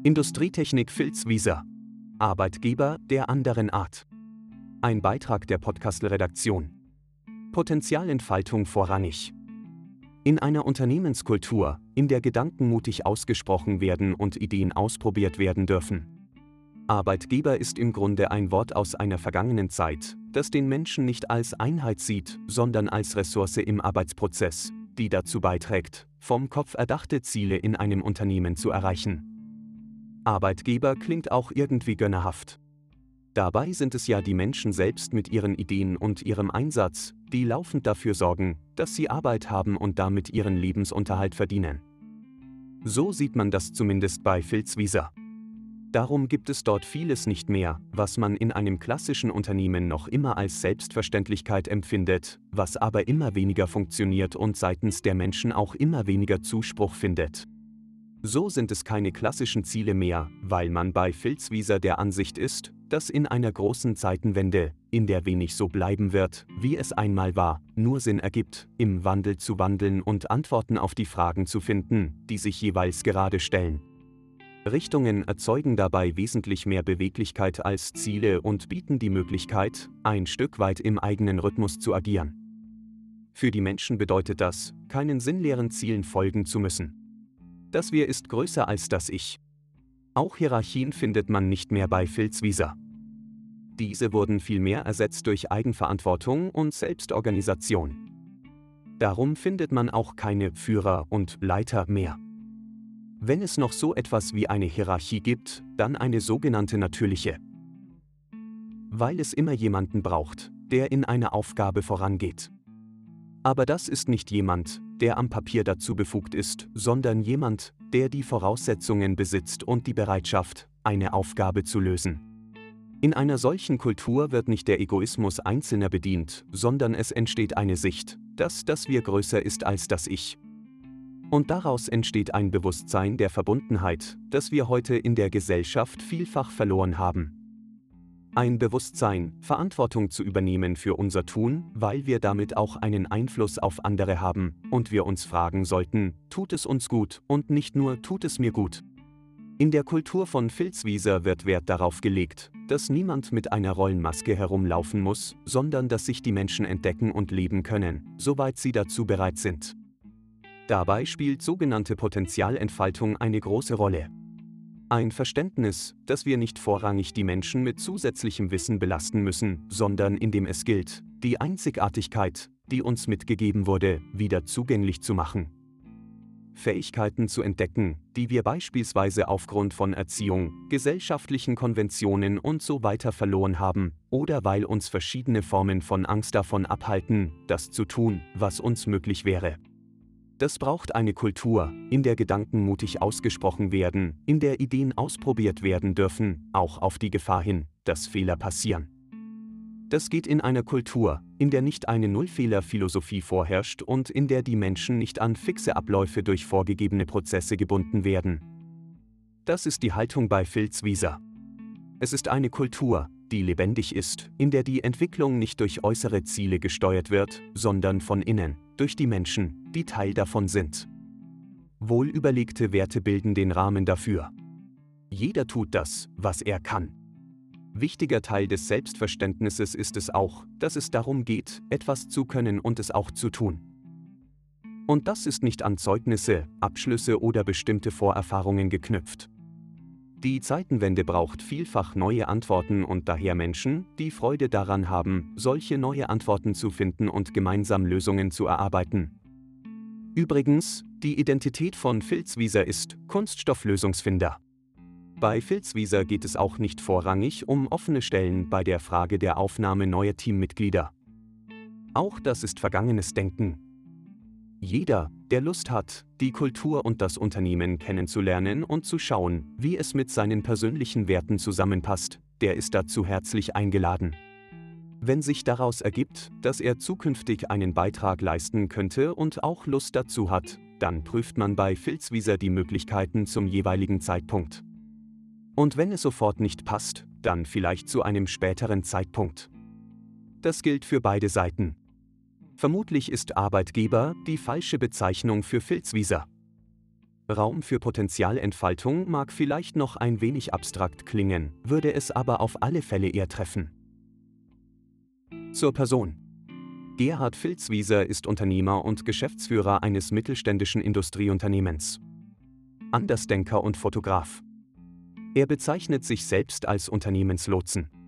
Industrietechnik Vilsbißer. Arbeitgeber der anderen Art. Ein Beitrag der Podcast-Redaktion. Potenzialentfaltung vorrangig. In einer Unternehmenskultur, in der Gedanken mutig ausgesprochen werden und Ideen ausprobiert werden dürfen. Arbeitgeber ist im Grunde ein Wort aus einer vergangenen Zeit, das den Menschen nicht als Einheit sieht, sondern als Ressource im Arbeitsprozess, die dazu beiträgt, vom Kopf erdachte Ziele in einem Unternehmen zu erreichen. Arbeitgeber klingt auch irgendwie gönnerhaft. Dabei sind es ja die Menschen selbst mit ihren Ideen und ihrem Einsatz, die laufend dafür sorgen, dass sie Arbeit haben und damit ihren Lebensunterhalt verdienen. So sieht man das zumindest bei Vilsbißer. Darum gibt es dort vieles nicht mehr, was man in einem klassischen Unternehmen noch immer als Selbstverständlichkeit empfindet, was aber immer weniger funktioniert und seitens der Menschen auch immer weniger Zuspruch findet. So sind es keine klassischen Ziele mehr, weil man bei Vilsbißer der Ansicht ist, dass in einer großen Zeitenwende, in der wenig so bleiben wird, wie es einmal war, nur Sinn ergibt, im Wandel zu wandeln und Antworten auf die Fragen zu finden, die sich jeweils gerade stellen. Richtungen erzeugen dabei wesentlich mehr Beweglichkeit als Ziele und bieten die Möglichkeit, ein Stück weit im eigenen Rhythmus zu agieren. Für die Menschen bedeutet das, keinen sinnleeren Zielen folgen zu müssen. Das Wir ist größer als das Ich. Auch Hierarchien findet man nicht mehr bei Vilsbißer. Diese wurden vielmehr ersetzt durch Eigenverantwortung und Selbstorganisation. Darum findet man auch keine Führer und Leiter mehr. Wenn es noch so etwas wie eine Hierarchie gibt, dann eine sogenannte natürliche. Weil es immer jemanden braucht, der in einer Aufgabe vorangeht. Aber das ist nicht jemand, der am Papier dazu befugt ist, sondern jemand, der die Voraussetzungen besitzt und die Bereitschaft, eine Aufgabe zu lösen. In einer solchen Kultur wird nicht der Egoismus Einzelner bedient, sondern es entsteht eine Sicht, dass das Wir größer ist als das Ich. Und daraus entsteht ein Bewusstsein der Verbundenheit, das wir heute in der Gesellschaft vielfach verloren haben. Ein Bewusstsein, Verantwortung zu übernehmen für unser Tun, weil wir damit auch einen Einfluss auf andere haben und wir uns fragen sollten, tut es uns gut und nicht nur tut es mir gut. In der Kultur von Vilsbißer wird Wert darauf gelegt, dass niemand mit einer Rollenmaske herumlaufen muss, sondern dass sich die Menschen entdecken und leben können, soweit sie dazu bereit sind. Dabei spielt sogenannte Potenzialentfaltung eine große Rolle. Ein Verständnis, dass wir nicht vorrangig die Menschen mit zusätzlichem Wissen belasten müssen, sondern in dem es gilt, die Einzigartigkeit, die uns mitgegeben wurde, wieder zugänglich zu machen. Fähigkeiten zu entdecken, die wir beispielsweise aufgrund von Erziehung, gesellschaftlichen Konventionen und so weiter verloren haben, oder weil uns verschiedene Formen von Angst davon abhalten, das zu tun, was uns möglich wäre. Das braucht eine Kultur, in der Gedanken mutig ausgesprochen werden, in der Ideen ausprobiert werden dürfen, auch auf die Gefahr hin, dass Fehler passieren. Das geht in einer Kultur, in der nicht eine Nullfehler-Philosophie vorherrscht und in der die Menschen nicht an fixe Abläufe durch vorgegebene Prozesse gebunden werden. Das ist die Haltung bei Vilsbißer. Es ist eine Kultur, die lebendig ist, in der die Entwicklung nicht durch äußere Ziele gesteuert wird, sondern von innen, durch die Menschen, die Teil davon sind. Wohlüberlegte Werte bilden den Rahmen dafür. Jeder tut das, was er kann. Wichtiger Teil des Selbstverständnisses ist es auch, dass es darum geht, etwas zu können und es auch zu tun. Und das ist nicht an Zeugnisse, Abschlüsse oder bestimmte Vorerfahrungen geknüpft. Die Zeitenwende braucht vielfach neue Antworten und daher Menschen, die Freude daran haben, solche neue Antworten zu finden und gemeinsam Lösungen zu erarbeiten. Übrigens, die Identität von Vilsbißer ist Kunststofflösungsfinder. Bei Vilsbißer geht es auch nicht vorrangig um offene Stellen bei der Frage der Aufnahme neuer Teammitglieder. Auch das ist vergangenes Denken. Jeder, der Lust hat, die Kultur und das Unternehmen kennenzulernen und zu schauen, wie es mit seinen persönlichen Werten zusammenpasst, der ist dazu herzlich eingeladen. Wenn sich daraus ergibt, dass er zukünftig einen Beitrag leisten könnte und auch Lust dazu hat, dann prüft man bei Vilsbißer die Möglichkeiten zum jeweiligen Zeitpunkt. Und wenn es sofort nicht passt, dann vielleicht zu einem späteren Zeitpunkt. Das gilt für beide Seiten. Vermutlich ist Arbeitgeber die falsche Bezeichnung für Vilsbißer. Raum für Potenzialentfaltung mag vielleicht noch ein wenig abstrakt klingen, würde es aber auf alle Fälle eher treffen. Zur Person. Gerhard Filzwieser ist Unternehmer und Geschäftsführer eines mittelständischen Industrieunternehmens. Andersdenker und Fotograf. Er bezeichnet sich selbst als Unternehmenslotsen.